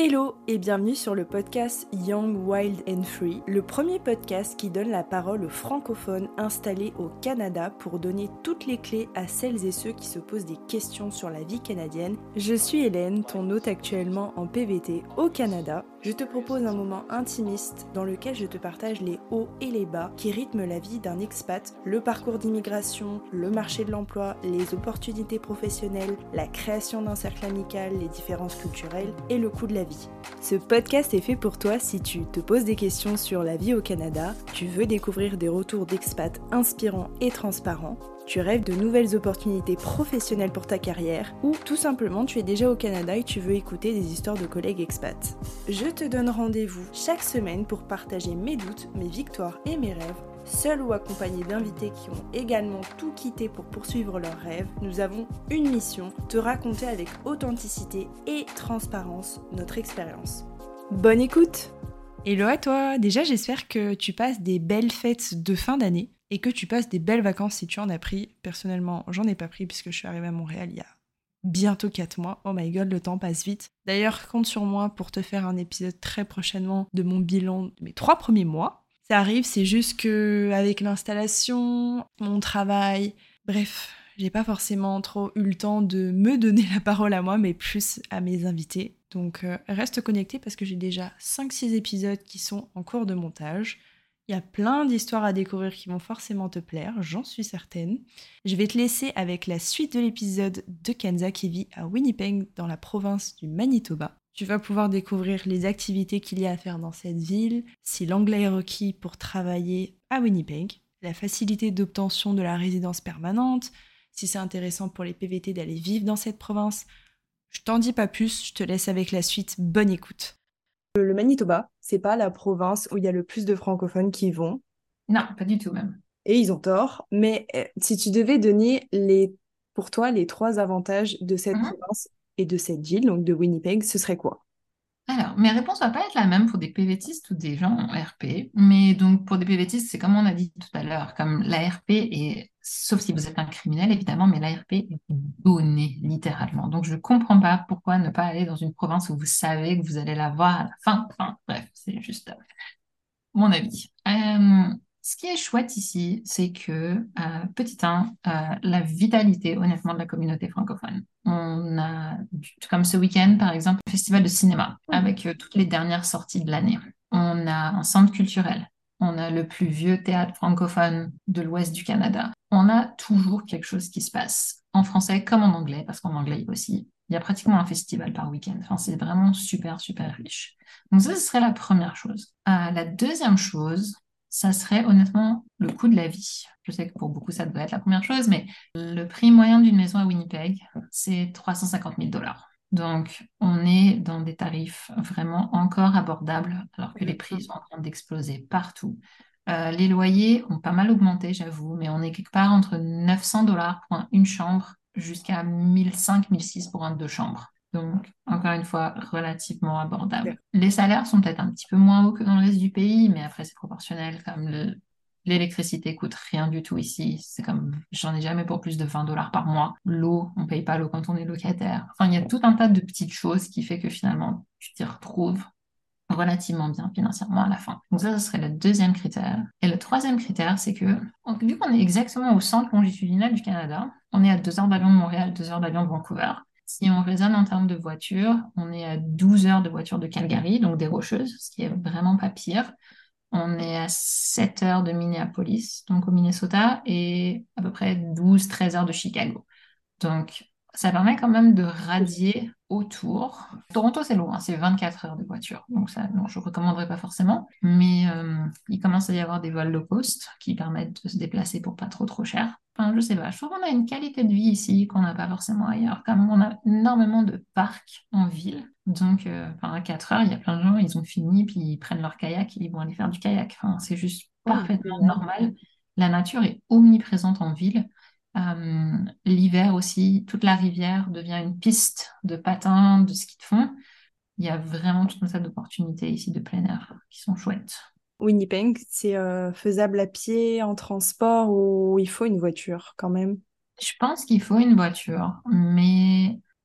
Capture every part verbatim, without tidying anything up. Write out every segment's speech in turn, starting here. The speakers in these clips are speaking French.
Hello et bienvenue sur le podcast Young, Wild and Free, le premier podcast qui donne la parole aux francophones installés au Canada pour donner toutes les clés à celles et ceux qui se posent des questions sur la vie canadienne. Je suis Hélène, ton hôte actuellement en P V T au Canada. Je te propose un moment intimiste dans lequel je te partage les hauts et les bas qui rythment la vie d'un expat, le parcours d'immigration, le marché de l'emploi, les opportunités professionnelles, la création d'un cercle amical, les différences culturelles et le coût de la vie. Ce podcast est fait pour toi si tu te poses des questions sur la vie au Canada, tu veux découvrir des retours d'expats inspirants et transparents, tu rêves de nouvelles opportunités professionnelles pour ta carrière, ou tout simplement tu es déjà au Canada et tu veux écouter des histoires de collègues expats. Je te donne rendez-vous chaque semaine pour partager mes doutes, mes victoires et mes rêves. Seul ou accompagné d'invités qui ont également tout quitté pour poursuivre leurs rêves, nous avons une mission, te raconter avec authenticité et transparence notre expérience. Bonne écoute! Hello à toi! Déjà j'espère que tu passes des belles fêtes de fin d'année et que tu passes des belles vacances si tu en as pris. Personnellement, j'en ai pas pris puisque je suis arrivée à Montréal il y a bientôt quatre mois. Oh my god, le temps passe vite. D'ailleurs, compte sur moi pour te faire un épisode très prochainement de mon bilan de mes trois premiers mois. Ça arrive, c'est juste que avec l'installation, mon travail, bref, j'ai pas forcément trop eu le temps de me donner la parole à moi, mais plus à mes invités. Donc euh, reste connecté parce que j'ai déjà cinq six épisodes qui sont en cours de montage. Il y a plein d'histoires à découvrir qui vont forcément te plaire, j'en suis certaine. Je vais te laisser avec la suite de l'épisode de Kenza qui vit à Winnipeg dans la province du Manitoba. Tu vas pouvoir découvrir les activités qu'il y a à faire dans cette ville, si l'anglais est requis pour travailler à Winnipeg, la facilité d'obtention de la résidence permanente, si c'est intéressant pour les P V T d'aller vivre dans cette province. Je t'en dis pas plus, je te laisse avec la suite. Bonne écoute. Le Manitoba, c'est pas la province où il y a le plus de francophones qui y vont. Non, pas du tout même. Et ils ont tort. Mais euh, si tu devais donner les, pour toi les trois avantages de cette Mhm. province et de cette ville, donc de Winnipeg, ce serait quoi? Alors, mes réponses ne vont pas être la même pour des PVTistes ou des gens en R P. Mais donc, pour des PVTistes, c'est comme on a dit tout à l'heure, comme l'A R P est, sauf si vous êtes un criminel évidemment, mais l'A R P est donné littéralement. Donc, je ne comprends pas pourquoi ne pas aller dans une province où vous savez que vous allez la voir à la fin. Enfin, bref, c'est juste euh, mon avis. Euh, ce qui est chouette ici, c'est que, euh, petit un, euh, la vitalité, honnêtement, de la communauté francophone. On a, du- comme ce week-end, par exemple, un festival de cinéma avec euh, toutes les dernières sorties de l'année. On a un centre culturel. On a le plus vieux théâtre francophone de l'ouest du Canada. On a toujours quelque chose qui se passe, en français comme en anglais, parce qu'en anglais aussi. Il y a pratiquement un festival par week-end. Enfin, c'est vraiment super, super riche. Donc ça, ce serait la première chose. Euh, la deuxième chose, ça serait honnêtement le coût de la vie. Je sais que pour beaucoup, ça devrait être la première chose, mais le prix moyen d'une maison à Winnipeg, c'est trois cent cinquante mille dollars. Donc, on est dans des tarifs vraiment encore abordables, alors que les prix sont en train d'exploser partout. Euh, les loyers ont pas mal augmenté, j'avoue, mais on est quelque part entre neuf cents dollars pour un- une chambre jusqu'à mille cinq, mille six pour un deux chambres. Donc, encore une fois, relativement abordable. Les salaires sont peut-être un petit peu moins hauts que dans le reste du pays, mais après, c'est proportionnel. Comme le- l'électricité coûte rien du tout ici. C'est comme, j'en ai jamais pour plus de vingt dollars par mois. L'eau, on paye pas l'eau quand on est locataire. Enfin, il y a tout un tas de petites choses qui fait que finalement, tu t'y retrouves relativement bien financièrement à la fin. Donc ça, ce serait le deuxième critère. Et le troisième critère, c'est que, donc, vu qu'on est exactement au centre longitudinal du Canada, on est à deux heures d'avion de Montréal, deux heures d'avion de Vancouver. Si on raisonne en termes de voiture, on est à douze heures de voiture de Calgary, donc des Rocheuses, ce qui est vraiment pas pire. On est à sept heures de Minneapolis, donc au Minnesota, et à peu près douze treize heures de Chicago. Donc, ça permet quand même de radier autour. Toronto, c'est loin, c'est vingt-quatre heures de voiture. Donc, ça, non, je ne recommanderais pas forcément. Mais euh, il commence à y avoir des vols low cost qui permettent de se déplacer pour pas trop, trop cher. Enfin, je sais pas, je trouve qu'on a une qualité de vie ici qu'on n'a pas forcément ailleurs. Comme on a énormément de parcs en ville. Donc, euh, enfin, à quatre heures, il y a plein de gens, ils ont fini, puis ils prennent leur kayak et ils vont aller faire du kayak. Enfin, c'est juste Oh, parfaitement génial. normal. La nature est omniprésente en ville. Euh, L'hiver aussi, toute la rivière devient une piste de patins, de ski de fond. Il y a vraiment tout un tas d'opportunités ici de plein air qui sont chouettes. Winnipeg, c'est euh, faisable à pied, en transport ou il faut une voiture quand même? Je pense qu'il faut une voiture, mais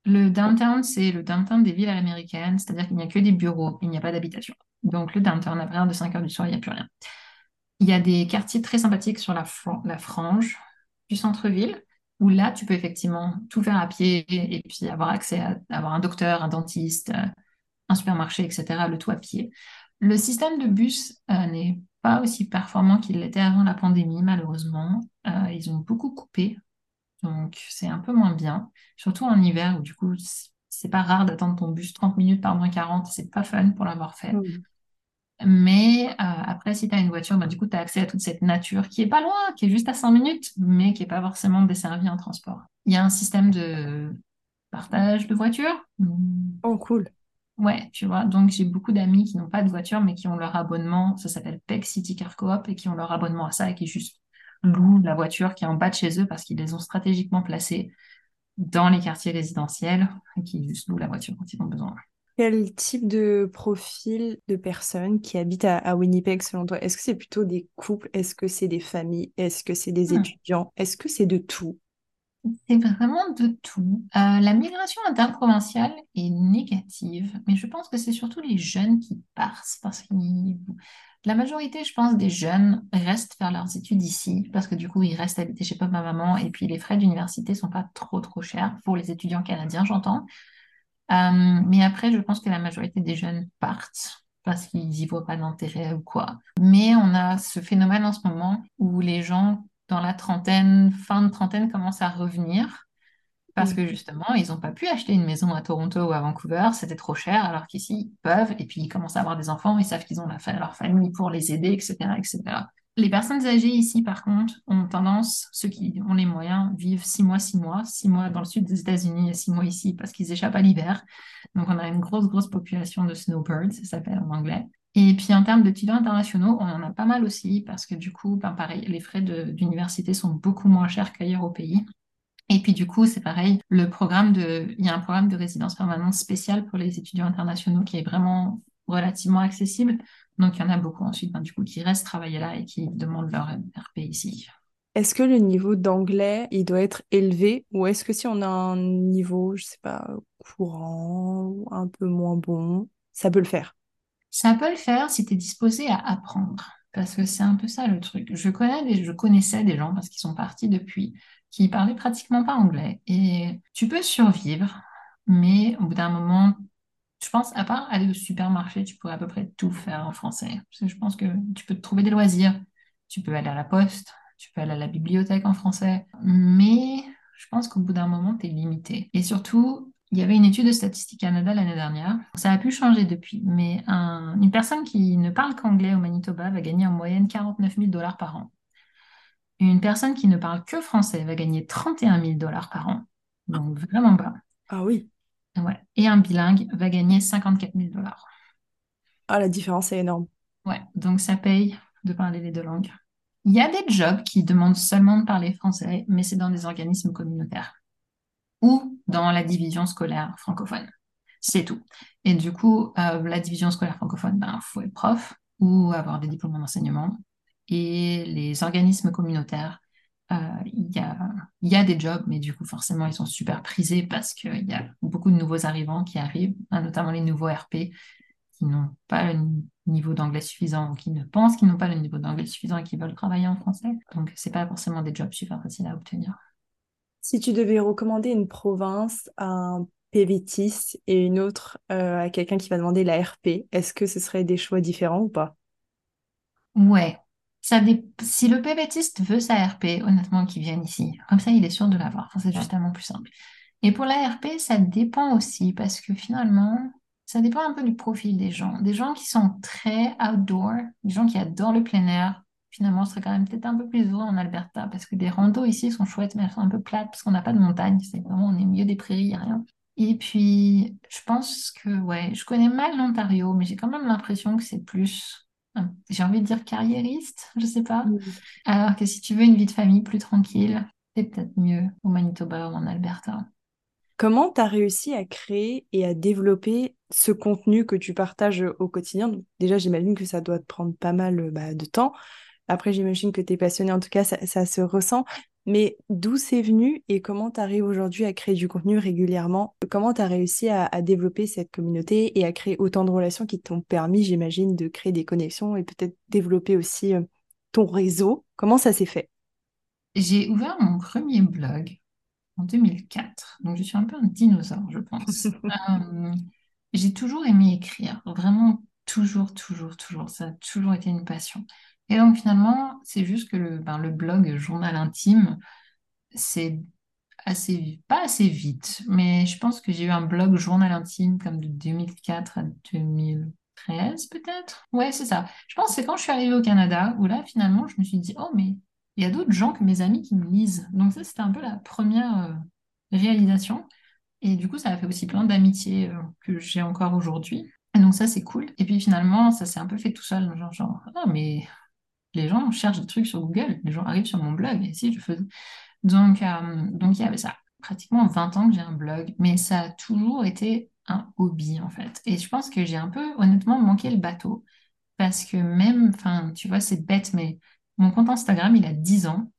Le downtown, c'est le downtown des villes américaines, c'est-à-dire qu'il n'y a que des bureaux, il n'y a pas d'habitation. Donc le downtown, à partir de cinq heures du soir, il n'y a plus rien. Il y a des quartiers très sympathiques sur la, fran- la frange du centre-ville, où là, tu peux effectivement tout faire à pied et puis avoir accès à avoir un docteur, un dentiste, euh, un supermarché, et cetera, le tout à pied. Le système de bus euh, n'est pas aussi performant qu'il l'était avant la pandémie, malheureusement. Euh, ils ont beaucoup coupé, donc c'est un peu moins bien, surtout en hiver où du coup, c- c'est pas rare d'attendre ton bus trente minutes par moins quarante, c'est pas fun pour l'avoir fait. Mm. Mais euh, après, si tu as une voiture, bah, du coup, tu as accès à toute cette nature qui est pas loin, qui est juste à cinq minutes, mais qui n'est pas forcément desservie en transport. Il y a un système de partage de voitures. Hmm. Oh, cool. Ouais, tu vois. Donc, j'ai beaucoup d'amis qui n'ont pas de voiture, mais qui ont leur abonnement. Ça s'appelle P E C City Car Coop et qui ont leur abonnement à ça et qui juste louent la voiture qui est en bas de chez eux parce qu'ils les ont stratégiquement placés dans les quartiers résidentiels et qui juste louent la voiture quand ils ont besoin. Quel type de profil de personnes qui habitent à, à Winnipeg selon toi? Est-ce que c'est plutôt des couples? Est-ce que c'est des familles? Est-ce que c'est des Hmm. étudiants? Est-ce que c'est de tout? C'est vraiment de tout. Euh, la migration interprovinciale est négative, mais je pense que c'est surtout les jeunes qui partent parce que la majorité, je pense, des jeunes restent faire leurs études ici parce que du coup, ils restent habiter chez papa, maman et puis les frais d'université sont pas trop trop chers pour les étudiants canadiens, j'entends. Euh, mais après, je pense que la majorité des jeunes partent parce qu'ils n'y voient pas d'intérêt ou quoi. Mais on a ce phénomène en ce moment où les gens dans la trentaine, fin de trentaine, commencent à revenir parce Mm. que justement, ils n'ont pas pu acheter une maison à Toronto ou à Vancouver, c'était trop cher, alors qu'ici, ils peuvent, et puis ils commencent à avoir des enfants, ils savent qu'ils ont la fa- leur famille pour les aider, et cetera, et cetera. Les personnes âgées ici, par contre, ont tendance, ceux qui ont les moyens, vivent six mois, six mois, six mois dans le sud des États-Unis et six mois ici parce qu'ils échappent à l'hiver. Donc on a une grosse, grosse population de snowbirds, ça s'appelle en anglais. Et puis en termes d'étudiants internationaux, on en a pas mal aussi parce que du coup, ben, pareil, les frais de- d'université sont beaucoup moins chers qu'ailleurs au pays. Et puis du coup, c'est pareil, le programme de, il y a un programme de résidence permanente spécial pour les étudiants internationaux qui est vraiment relativement accessible. Donc il y en a beaucoup ensuite, ben, du coup, qui restent travailler là et qui demandent leur R P ici. Est-ce que le niveau d'anglais, il doit être élevé ou est-ce que si on a un niveau, je sais pas, courant ou un peu moins bon, ça peut le faire? Ça peut le faire si tu es disposé à apprendre, parce que c'est un peu ça le truc. Je connais des, je connaissais des gens, parce qu'ils sont partis depuis, qui parlaient pratiquement pas anglais. Et tu peux survivre, mais au bout d'un moment, je pense, à part aller au supermarché, tu pourrais à peu près tout faire en français. Parce que je pense que tu peux te trouver des loisirs, tu peux aller à la poste, tu peux aller à la bibliothèque en français, mais je pense qu'au bout d'un moment, tu es limité. Et surtout, il y avait une étude de Statistique Canada l'année dernière. Ça a pu changer depuis, mais un- une personne qui ne parle qu'anglais au Manitoba va gagner en moyenne quarante-neuf mille dollars par an. Une personne qui ne parle que français va gagner trente et un mille dollars par an. Donc vraiment bas. Ah oui. Ouais. Et un bilingue va gagner cinquante-quatre mille dollars. Ah, la différence est énorme. Ouais, donc ça paye de parler les deux langues. Il y a des jobs qui demandent seulement de parler français, mais c'est dans des organismes communautaires ou dans la division scolaire francophone. C'est tout. Et du coup, euh, la division scolaire francophone, ben, faut être prof ou avoir des diplômes en enseignement. Et les organismes communautaires, euh, il y a, il y a des jobs, mais du coup, forcément, ils sont super prisés parce qu'il y a beaucoup de nouveaux arrivants qui arrivent, hein, notamment les nouveaux R P qui n'ont pas le niveau d'anglais suffisant ou qui ne pensent qu'ils n'ont pas le niveau d'anglais suffisant et qui veulent travailler en français. Donc, c'est pas forcément des jobs super faciles à obtenir. Si tu devais recommander une province à un PVTiste et une autre euh, à quelqu'un qui va demander la R P, est-ce que ce serait des choix différents ou pas? Ouais, ça dé- si le PVTiste veut sa R P, honnêtement, qu'il vienne ici. Comme ça, il est sûr de l'avoir. Enfin, c'est justement plus simple. Et pour la R P, ça dépend aussi parce que finalement, ça dépend un peu du profil des gens. Des gens qui sont très outdoor, des gens qui adorent le plein air, finalement, ce serait quand même peut-être un peu plus heureux en Alberta parce que des randos ici sont chouettes, mais elles sont un peu plates parce qu'on n'a pas de montagne. C'est vraiment, on est au milieu des prairies, il n'y a rien. Et puis, je pense que, ouais, je connais mal l'Ontario, mais j'ai quand même l'impression que c'est plus, hum, j'ai envie de dire carriériste, je sais pas. Mm. Alors que si tu veux une vie de famille plus tranquille, c'est peut-être mieux au Manitoba ou en Alberta. Comment tu as réussi à créer et à développer ce contenu que tu partages au quotidien? Donc, déjà, j'imagine que ça doit te prendre pas mal euh, bah, de temps. Après, j'imagine que tu es passionné, en tout cas, ça, ça se ressent. Mais d'où c'est venu et comment tu arrives aujourd'hui à créer du contenu régulièrement? Comment tu as réussi à, à développer cette communauté et à créer autant de relations qui t'ont permis, j'imagine, de créer des connexions et peut-être développer aussi euh, ton réseau? Comment ça s'est fait? J'ai ouvert mon premier blog en deux mille quatre, donc je suis un peu un dinosaure, je pense. Euh, j'ai toujours aimé écrire, vraiment toujours, toujours, toujours. Ça a toujours été une passion. Et donc finalement, c'est juste que le, ben, le blog Journal intime, c'est assez vite, pas assez vite, mais je pense que j'ai eu un blog Journal intime comme de deux mille quatre à deux mille treize peut-être. Ouais, c'est ça. Je pense que c'est quand je suis arrivée au Canada où là, finalement, je me suis dit, oh, mais il y a d'autres gens que mes amis qui me lisent. Donc ça, c'était un peu la première euh, réalisation. Et du coup, ça a fait aussi plein d'amitiés euh, que j'ai encore aujourd'hui. Et donc ça, c'est cool. Et puis finalement, ça s'est un peu fait tout seul. Genre, genre, ah, mais les gens cherchent des trucs sur Google. Les gens arrivent sur mon blog. Et si je faisais... Donc, euh, donc il y avait ça. Pratiquement vingt ans que j'ai un blog. Mais ça a toujours été un hobby, en fait. Et je pense que j'ai un peu, honnêtement, manqué le bateau. Parce que même, enfin, tu vois, c'est bête, mais mon compte Instagram, il a dix ans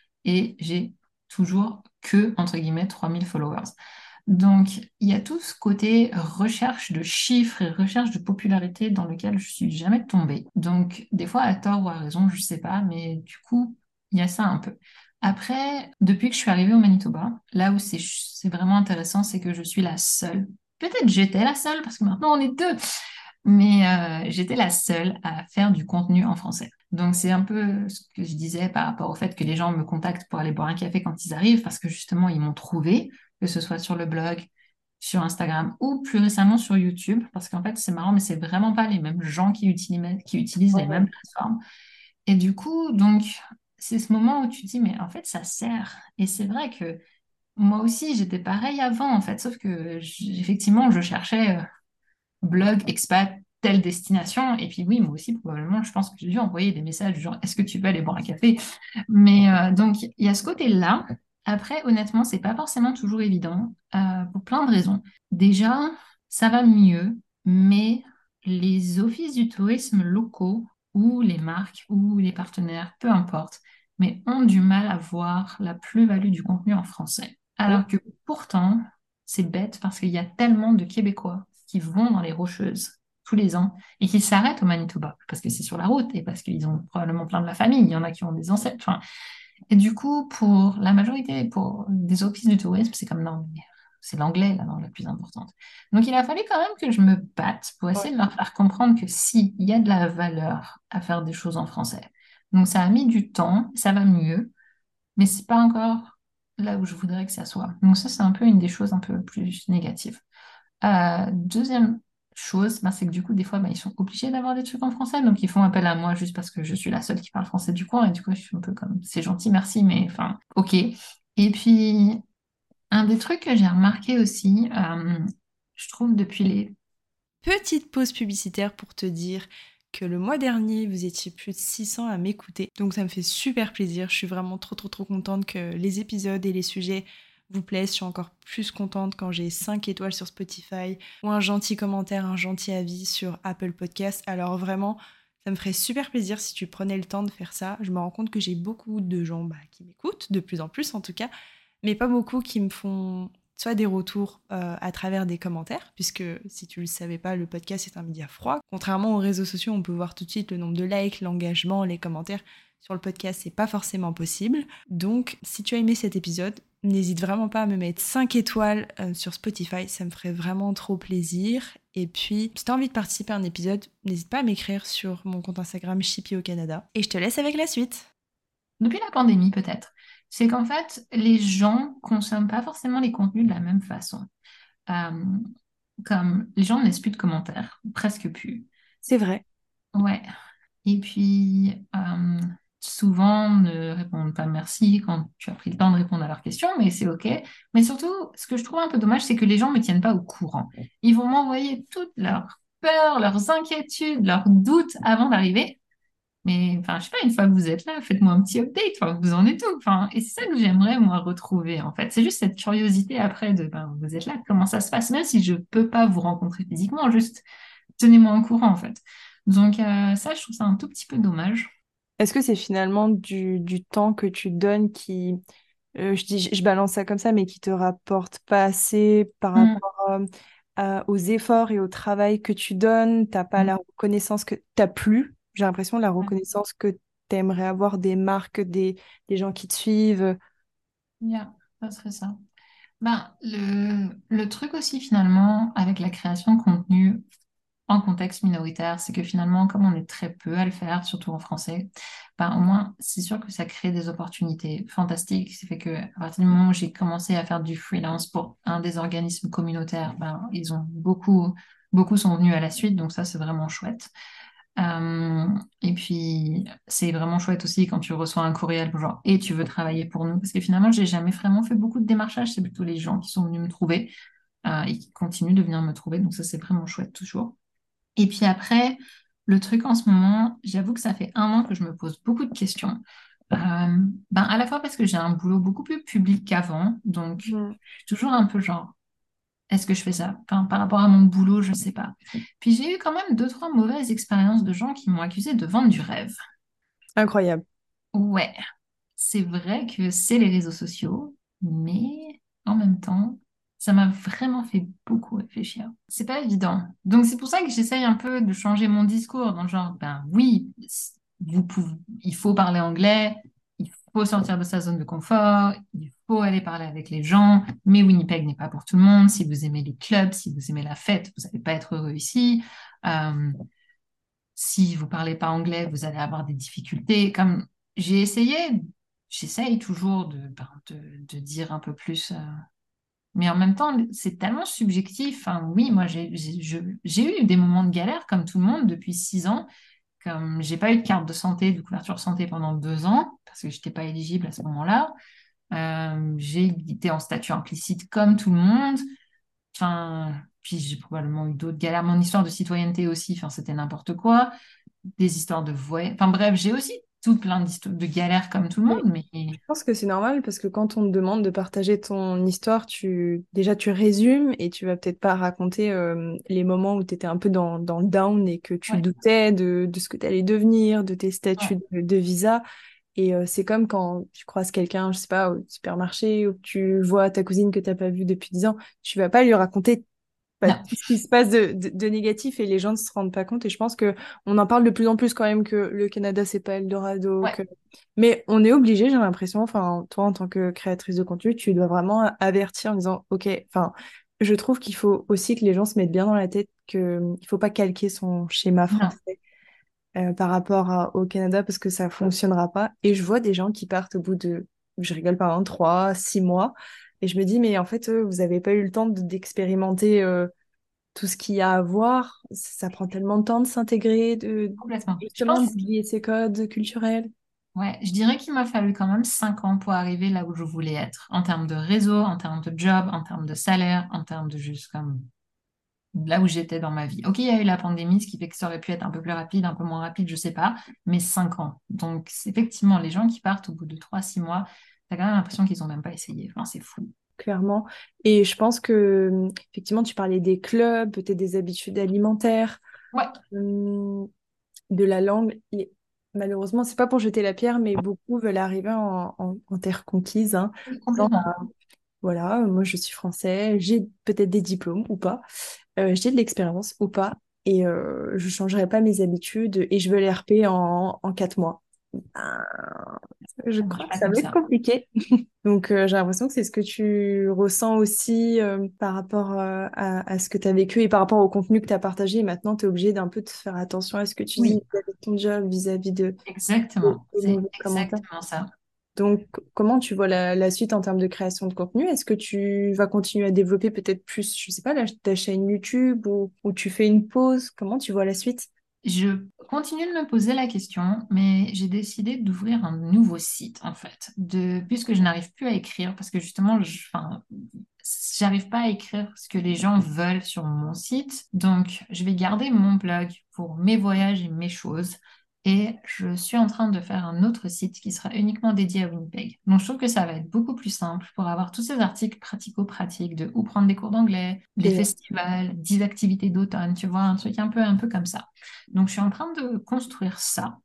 et j'ai toujours que, entre guillemets, trois mille followers. Donc, il y a tout ce côté recherche de chiffres et recherche de popularité dans lequel je suis jamais tombée. Donc, des fois, à tort ou à raison, je sais pas, mais du coup, il y a ça un peu. Après, depuis que je suis arrivée au Manitoba, là où c'est c'est vraiment intéressant, c'est que je suis la seule. Peut-être j'étais la seule, parce que maintenant on est deux, mais euh, j'étais la seule à faire du contenu en français. Donc c'est un peu ce que je disais par rapport au fait que les gens me contactent pour aller boire un café quand ils arrivent, parce que justement ils m'ont trouvé, que ce soit sur le blog, sur Instagram ou plus récemment sur YouTube, parce qu'en fait c'est marrant, mais c'est vraiment pas les mêmes gens qui utilisent, qui utilisent les mêmes Ouais. plateformes. Et du coup, donc c'est ce moment où tu te dis, mais en fait ça sert. Et c'est vrai que moi aussi j'étais pareil avant, en fait, sauf que j- effectivement je cherchais... euh, blog, expat, telle destination. Et puis oui, moi aussi, probablement, je pense que j'ai dû envoyer des messages du genre, est-ce que tu veux aller boire un café? Mais euh, donc, il y a ce côté-là. Après, honnêtement, c'est pas forcément toujours évident euh, pour plein de raisons. Déjà, ça va mieux, mais les offices du tourisme locaux ou les marques ou les partenaires, peu importe, mais ont du mal à voir la plus-value du contenu en français. Oh, Alors que pourtant, c'est bête parce qu'il y a tellement de Québécois qui vont dans les Rocheuses tous les ans et qui s'arrêtent au Manitoba parce que c'est sur la route et parce qu'ils ont probablement plein de la famille. Il y en a qui ont des ancêtres. Enfin, et du coup, pour la majorité, pour des offices du tourisme, c'est comme non, mais c'est l'anglais la langue la plus importante. Donc il a fallu quand même que je me batte pour essayer ouais. de leur faire comprendre que si, il y a de la valeur à faire des choses en français. Donc ça a mis du temps, ça va mieux, mais c'est pas encore là où je voudrais que ça soit. Donc ça, c'est un peu une des choses un peu plus négatives. Euh, deuxième chose, ben, c'est que du coup, des fois, ben, ils sont obligés d'avoir des trucs en français, donc ils font appel à moi juste parce que je suis la seule qui parle français du coin, et du coup, je suis un peu comme, c'est gentil, merci, mais enfin, ok. Et puis, un des trucs que j'ai remarqué aussi, euh, je trouve depuis les... Petite pause publicitaire pour te dire que le mois dernier, vous étiez plus de six cents à m'écouter. Donc ça me fait super plaisir. Je suis vraiment trop trop trop contente que les épisodes et les sujets vous plaisent. Je suis encore plus contente quand j'ai cinq étoiles sur Spotify ou un gentil commentaire, un gentil avis sur Apple Podcast. Alors vraiment, ça me ferait super plaisir si tu prenais le temps de faire ça. Je me rends compte que j'ai beaucoup de gens bah, qui m'écoutent, de plus en plus en tout cas, mais pas beaucoup qui me font soit des retours euh, à travers des commentaires, puisque si tu le savais pas, le podcast est un média froid. Contrairement aux réseaux sociaux, on peut voir tout de suite le nombre de likes, l'engagement, les commentaires. Sur le podcast, c'est pas forcément possible. Donc, si tu as aimé cet épisode, n'hésite vraiment pas à me mettre cinq étoiles euh, sur Spotify, ça me ferait vraiment trop plaisir. Et puis, si tu as envie de participer à un épisode, n'hésite pas à m'écrire sur mon compte Instagram Chippy au Canada. Et je te laisse avec la suite. Depuis la pandémie, peut-être, c'est qu'en fait, les gens consomment pas forcément les contenus de la même façon. Euh, comme les gens ne laissent plus de commentaires, presque plus. C'est vrai. Ouais. Et puis, euh, souvent, ne répondent pas merci quand tu as pris le temps de répondre à leurs questions, mais c'est OK. Mais surtout, ce que je trouve un peu dommage, c'est que les gens ne me tiennent pas au courant. Ils vont m'envoyer toutes leurs peurs, leurs inquiétudes, leurs doutes avant d'arriver. Mais enfin, je sais pas, une fois que vous êtes là, faites-moi un petit update, enfin, vous en êtes où? Enfin, et c'est ça que j'aimerais, moi, retrouver, en fait. C'est juste cette curiosité après de, ben, vous êtes là, comment ça se passe, même si je peux pas vous rencontrer physiquement, juste tenez-moi au courant, en fait. Donc, euh, ça, je trouve ça un tout petit peu dommage. Est-ce que c'est finalement du, du temps que tu donnes qui euh, je dis, je je balance ça comme ça, mais qui te rapportent pas assez par Mm, rapport euh, à- aux efforts et au travail que tu donnes. T'as pas mm, la reconnaissance que t'as plus. J'ai l'impression la ouais. reconnaissance que t'aimerais avoir des marques, des, des gens qui te suivent. Yeah, ça serait ça. Ben, le, le truc aussi finalement avec la création de contenu en contexte minoritaire, c'est que finalement, comme on est très peu à le faire, surtout en français, ben, au moins, c'est sûr que ça crée des opportunités fantastiques. Ça fait que à partir du moment où j'ai commencé à faire du freelance pour un des organismes communautaires, ben, ils ont beaucoup, beaucoup sont venus à la suite, donc ça, c'est vraiment chouette. Euh, et puis, c'est vraiment chouette aussi quand tu reçois un courriel genre et tu veux travailler pour nous, parce que finalement, j'ai jamais vraiment fait beaucoup de démarchage. C'est plutôt les gens qui sont venus me trouver euh, et qui continuent de venir me trouver. Donc ça, c'est vraiment chouette toujours. Et puis après, le truc en ce moment, j'avoue que ça fait un an que je me pose beaucoup de questions. Euh, ben, à la fois parce que j'ai un boulot beaucoup plus public qu'avant, donc Mhm. je suis toujours un peu genre, est-ce que je fais ça? Enfin, par rapport à mon boulot, je sais pas. Puis j'ai eu quand même deux, trois mauvaises expériences de gens qui m'ont accusé de vendre du rêve. Incroyable. Ouais, c'est vrai que c'est les réseaux sociaux, mais en même temps, ça m'a vraiment fait beaucoup réfléchir. C'est pas évident. Donc c'est pour ça que j'essaye un peu de changer mon discours dans le genre, ben oui, c- vous pouvez, il faut parler anglais, il faut sortir de sa zone de confort, il faut aller parler avec les gens, mais Winnipeg n'est pas pour tout le monde. Si vous aimez les clubs, si vous aimez la fête, vous n'allez pas être heureux ici. Euh, si vous parlez pas anglais, vous allez avoir des difficultés. Comme j'ai essayé, j'essaye toujours de, ben, de, de dire un peu plus. euh, Mais en même temps, c'est tellement subjectif. Enfin, oui, moi, j'ai j'ai- je- j'ai eu des moments de galère, comme tout le monde, depuis six ans. Comme j'ai pas eu de carte de santé, de couverture santé pendant deux ans, parce que j'étais pas éligible à ce moment-là. Euh, j'ai été en statut implicite comme tout le monde. Enfin, puis j'ai probablement eu d'autres galères. Mon histoire de citoyenneté aussi, enfin, c'était n'importe quoi. Des histoires de voyage. Enfin bref, j'ai aussi tout plein d'histoires de galères comme tout le monde, Mais mais je pense que c'est normal parce que quand on te demande de partager ton histoire, tu déjà tu résumes et tu vas peut-être pas raconter euh, les moments où tu étais un peu dans, dans le down et que tu ouais, doutais de, de ce que tu allais devenir, de tes ouais, statuts de, de visa. Et euh, c'est comme quand tu croises quelqu'un, je sais pas, au supermarché ou que tu vois ta cousine que t'as pas vue depuis dix ans, tu vas pas lui raconter bah, non, tout ce qui se passe de, de, de négatif et les gens ne se rendent pas compte. Et je pense que on en parle de plus en plus quand même que le Canada, c'est pas Eldorado. ouais, Que... Mais on est obligé, j'ai l'impression, enfin, toi, en tant que créatrice de contenu, tu dois vraiment avertir en disant, OK, enfin, je trouve qu'il faut aussi que les gens se mettent bien dans la tête que il faut pas calquer son schéma non, français euh, par rapport à- au Canada parce que ça fonctionnera pas. Et je vois des gens qui partent au bout de, je rigole pas, hein, trois, six mois. Et je me dis, mais en fait, euh, vous avez pas eu le temps de- d'expérimenter euh, tout ce qu'il y a à voir. Ça prend tellement de temps de s'intégrer, de complètement. Je justement pense, d'oublier ses codes culturels. ouais, je dirais qu'il m'a fallu quand même cinq ans pour arriver là où je voulais être, en termes de réseau, en termes de job, en termes de salaire, en termes de juste comme là où j'étais dans ma vie. Ok, il y a eu la pandémie, ce qui fait que ça aurait pu être un peu plus rapide, un peu moins rapide, je sais pas, mais cinq ans. Donc, c'est effectivement, les gens qui partent au bout de trois, six mois, t'as quand même l'impression qu'ils ont même pas essayé. Enfin, c'est fou. Clairement. Et je pense que, effectivement, tu parlais des clubs, peut-être des habitudes alimentaires, Ouais, hum, de la langue. Et malheureusement, c'est pas pour jeter la pierre, mais beaucoup veulent arriver en, en- en terre conquise, hein. oui, Disant, complètement. voilà, moi je suis français, j'ai peut-être des diplômes ou pas, euh, j'ai de l'expérience ou pas, et euh, je changerai pas mes habitudes et je veux les R P en, en quatre mois. Ben, je Ça crois marche que pas ça comme va être ça. compliqué. Donc, euh, j'ai l'impression que c'est ce que tu ressens aussi euh, par rapport euh, à, à ce que tu as vécu et par rapport au contenu que tu as partagé. Et maintenant, tu es obligé d'un peu de faire attention à ce que tu dis Oui, vis-à-vis de ton job, vis-à-vis de, de- exactement. des C'est mauvais commentaires. exactement ça. Donc, comment tu vois la, la suite en termes de création de contenu? Est-ce que tu vas continuer à développer peut-être plus, je sais pas, la- ta chaîne YouTube ou, ou tu fais une pause? Comment tu vois la suite? Je continue de me poser la question, mais j'ai décidé d'ouvrir un nouveau site en fait, de, puisque je n'arrive plus à écrire, parce que justement, je, enfin, j'arrive pas à écrire ce que les gens veulent sur mon site. Donc, je vais garder mon blog pour mes voyages et mes choses. Et je suis en train de faire un autre site qui sera uniquement dédié à Winnipeg. Donc, je trouve que ça va être beaucoup plus simple pour avoir tous ces articles pratico-pratiques de où prendre des cours d'anglais, les Génial. festivals, dix activités d'automne, tu vois, un truc un peu, un peu comme ça. Donc, je suis en train de construire ça.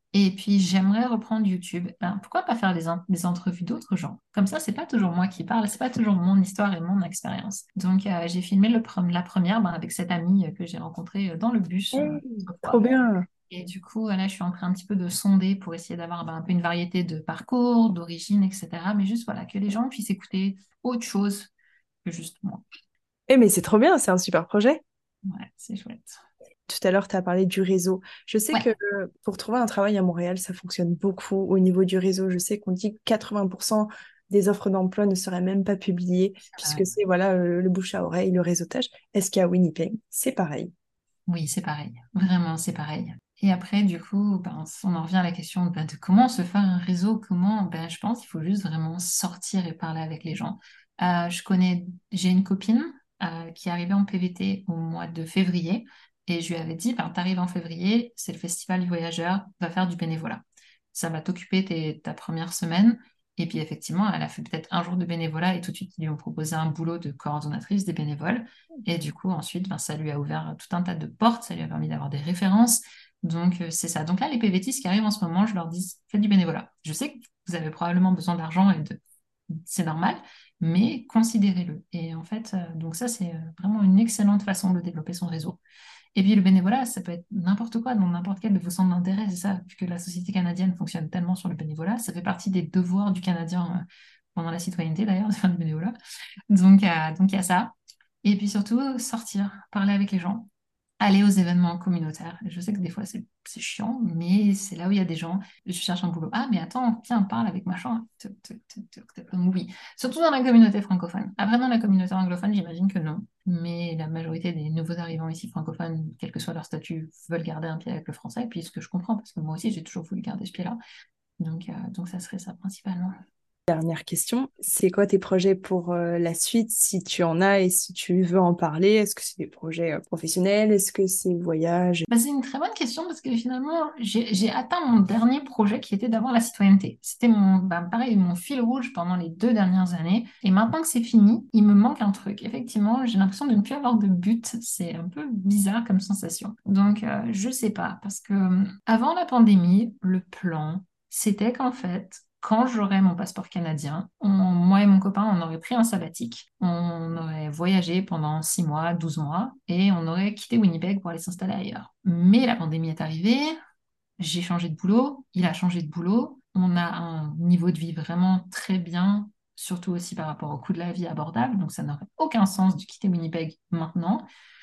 Et puis, j'aimerais reprendre YouTube. Ben, pourquoi pas faire des, in- des entrevues d'autres gens? Comme ça, c'est pas toujours moi qui parle, c'est pas toujours mon histoire et mon expérience. Donc, euh, j'ai filmé le pre- la première ben, avec cette amie euh, que j'ai rencontrée euh, dans le bus euh, Hey, l'autre trop fois. bien. Et du coup, là, je suis en train un petit peu de sonder pour essayer d'avoir ben, un peu une variété de parcours, d'origine, et cetera. Mais juste, voilà, que les gens puissent écouter autre chose que juste moi. Eh, mais c'est trop bien, c'est un super projet. Ouais, c'est chouette. Tout à l'heure, tu as parlé du réseau. Je sais Ouais, que euh, pour trouver un travail à Montréal, ça fonctionne beaucoup au niveau du réseau. Je sais qu'on dit que quatre-vingts pour cent des offres d'emploi ne seraient même pas publiées, ouais. puisque c'est voilà euh, le bouche à oreille, le réseautage. Est-ce qu'à Winnipeg, c'est pareil? Oui, c'est pareil. Vraiment, c'est pareil. Et après, du coup, ben, on en revient à la question ben, de comment se faire un réseau, comment, ben, je pense qu'il faut juste vraiment sortir et parler avec les gens. Euh, je connais, j'ai une copine euh, qui est arrivée en P V T au mois de février et je lui avais dit, ben, t'arrives en février, c'est le Festival du Voyageur, va faire du bénévolat. Ça va t'occuper tes- ta première semaine. Et puis effectivement, elle a fait peut-être un jour de bénévolat et tout de suite, ils lui ont proposé un boulot de coordonnatrice des bénévoles. Et du coup, ensuite, ben, ça lui a ouvert tout un tas de portes, ça lui a permis d'avoir des références. Donc, euh, c'est ça. Donc là, les P V T s qui arrivent en ce moment, je leur dis, faites du bénévolat. Je sais que vous avez probablement besoin d'argent et de... c'est normal, mais considérez-le. Et en fait, euh, donc ça, c'est euh, vraiment une excellente façon de développer son réseau. Et puis le bénévolat, ça peut être n'importe quoi, dans n'importe quel de vos centres d'intérêt, c'est ça, puisque la société canadienne fonctionne tellement sur le bénévolat, ça fait partie des devoirs du Canadien euh, pendant la citoyenneté d'ailleurs, de faire du bénévolat. Donc, euh, donc il y a ça. Et puis surtout, sortir, parler avec les gens, aller aux événements communautaires. Je sais que des fois, c'est c'est chiant, mais c'est là où il y a des gens. Je cherche un boulot. Ah, mais attends, tiens, parle avec machin. Tuc, tuc, tuc, tuc, tuc. Donc oui, surtout dans la communauté francophone. Après, dans la communauté anglophone, j'imagine que non. Mais la majorité des nouveaux arrivants ici francophones, quel que soit leur statut, veulent garder un pied avec le français. Et puis, ce que je comprends, parce que moi aussi, j'ai toujours voulu garder ce pied-là. Donc, euh, donc ça serait ça principalement. Dernière question, c'est quoi tes projets pour euh, la suite, si tu en as et si tu veux en parler? Est-ce que c'est des projets euh, professionnels? Est-ce que c'est voyage? Bah, c'est une très bonne question parce que finalement, j'ai j'ai atteint mon dernier projet qui était d'avoir la citoyenneté. C'était mon, bah, pareil, mon fil rouge pendant les deux dernières années. Et maintenant que c'est fini, il me manque un truc. Effectivement, j'ai l'impression de ne plus avoir de but. C'est un peu bizarre comme sensation. Donc, euh, je sais pas parce que euh, avant la pandémie, le plan, c'était qu'en fait, quand j'aurai mon passeport canadien, on- moi et mon copain, on aurait pris un sabbatique. On aurait voyagé pendant six mois, douze mois, et on aurait quitté Winnipeg pour aller s'installer ailleurs. Mais la pandémie est arrivée, j'ai changé de boulot, il a changé de boulot, on a un niveau de vie vraiment très bien, surtout aussi par rapport au coût de la vie abordable, donc ça n'aurait aucun sens de quitter Winnipeg maintenant.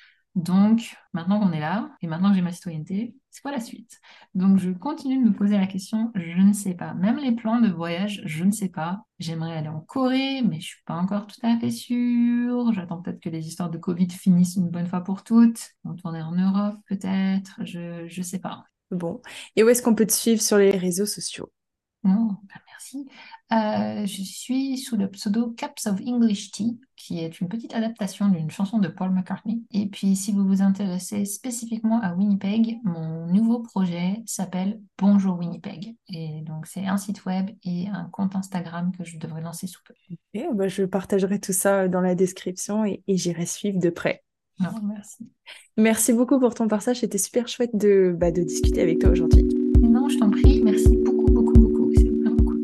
Donc, maintenant qu'on est là, et maintenant que j'ai ma citoyenneté, c'est quoi la suite? Donc, je continue de me poser la question, je ne sais pas. Même les plans de voyage, je ne sais pas. J'aimerais aller en Corée, mais je suis pas encore tout à fait sûre. J'attends peut-être que les histoires de Covid finissent une bonne fois pour toutes. Retourner en Europe, peut-être. Je, je sais pas. Bon. Et où est-ce qu'on peut te suivre sur les réseaux sociaux? Non, ben merci. Euh, je suis sous le pseudo Caps of English Tea, qui est une petite adaptation d'une chanson de Paul McCartney. Et puis, si vous vous intéressez spécifiquement à Winnipeg, mon nouveau projet s'appelle Bonjour Winnipeg. Et donc, c'est un site web et un compte Instagram que je devrais lancer sous peu. Et, bah, je partagerai tout ça dans la description et, et j'irai suivre de près. Non, merci. Merci beaucoup pour ton partage, c'était super chouette de, bah, de discuter avec toi aujourd'hui. Non, je t'en prie, merci beaucoup, beaucoup, beaucoup. C'est vraiment cool.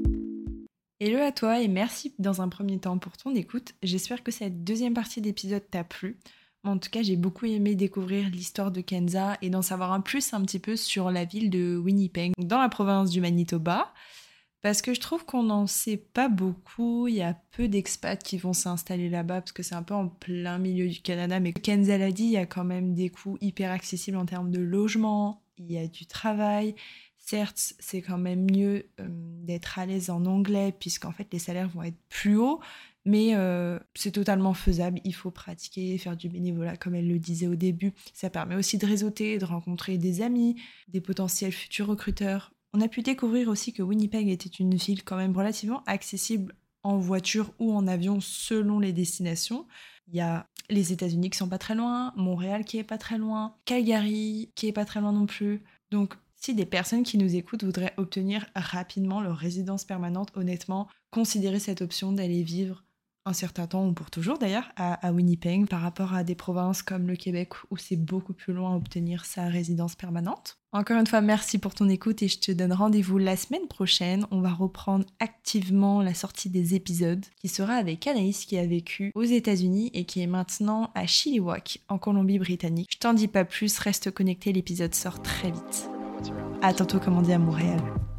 Hello à toi et merci dans un premier temps pour ton écoute. J'espère que cette deuxième partie d'épisode t'a plu. En tout cas, j'ai beaucoup aimé découvrir l'histoire de Kenza et d'en savoir un plus un petit peu sur la ville de Winnipeg, dans la province du Manitoba, parce que je trouve qu'on n'en sait pas beaucoup. Il y a peu d'expats qui vont s'installer là-bas parce que c'est un peu en plein milieu du Canada. Mais Kenza l'a dit, il y a quand même des coûts hyper accessibles en termes de logement, il y a du travail. Certes, c'est quand même mieux euh, d'être à l'aise en anglais puisqu'en fait les salaires vont être plus hauts, mais euh, c'est totalement faisable. Il faut pratiquer, faire du bénévolat comme elle le disait au début. Ça permet aussi de réseauter, de rencontrer des amis, des potentiels futurs recruteurs. On a pu découvrir aussi que Winnipeg était une ville quand même relativement accessible en voiture ou en avion selon les destinations. Il y a les États-Unis qui sont pas très loin, Montréal qui est pas très loin, Calgary qui est pas très loin non plus. Donc si des personnes qui nous écoutent voudraient obtenir rapidement leur résidence permanente, honnêtement, considérez cette option d'aller vivre un certain temps, ou pour toujours d'ailleurs, à, à Winnipeg par rapport à des provinces comme le Québec où c'est beaucoup plus loin obtenir sa résidence permanente. Encore une fois, merci pour ton écoute et je te donne rendez-vous la semaine prochaine. On va reprendre activement la sortie des épisodes qui sera avec Anaïs qui a vécu aux États-Unis et qui est maintenant à Chilliwack en Colombie-Britannique. Je t'en dis pas plus, reste connecté, l'épisode sort très vite. À tantôt comme on dit à Montréal.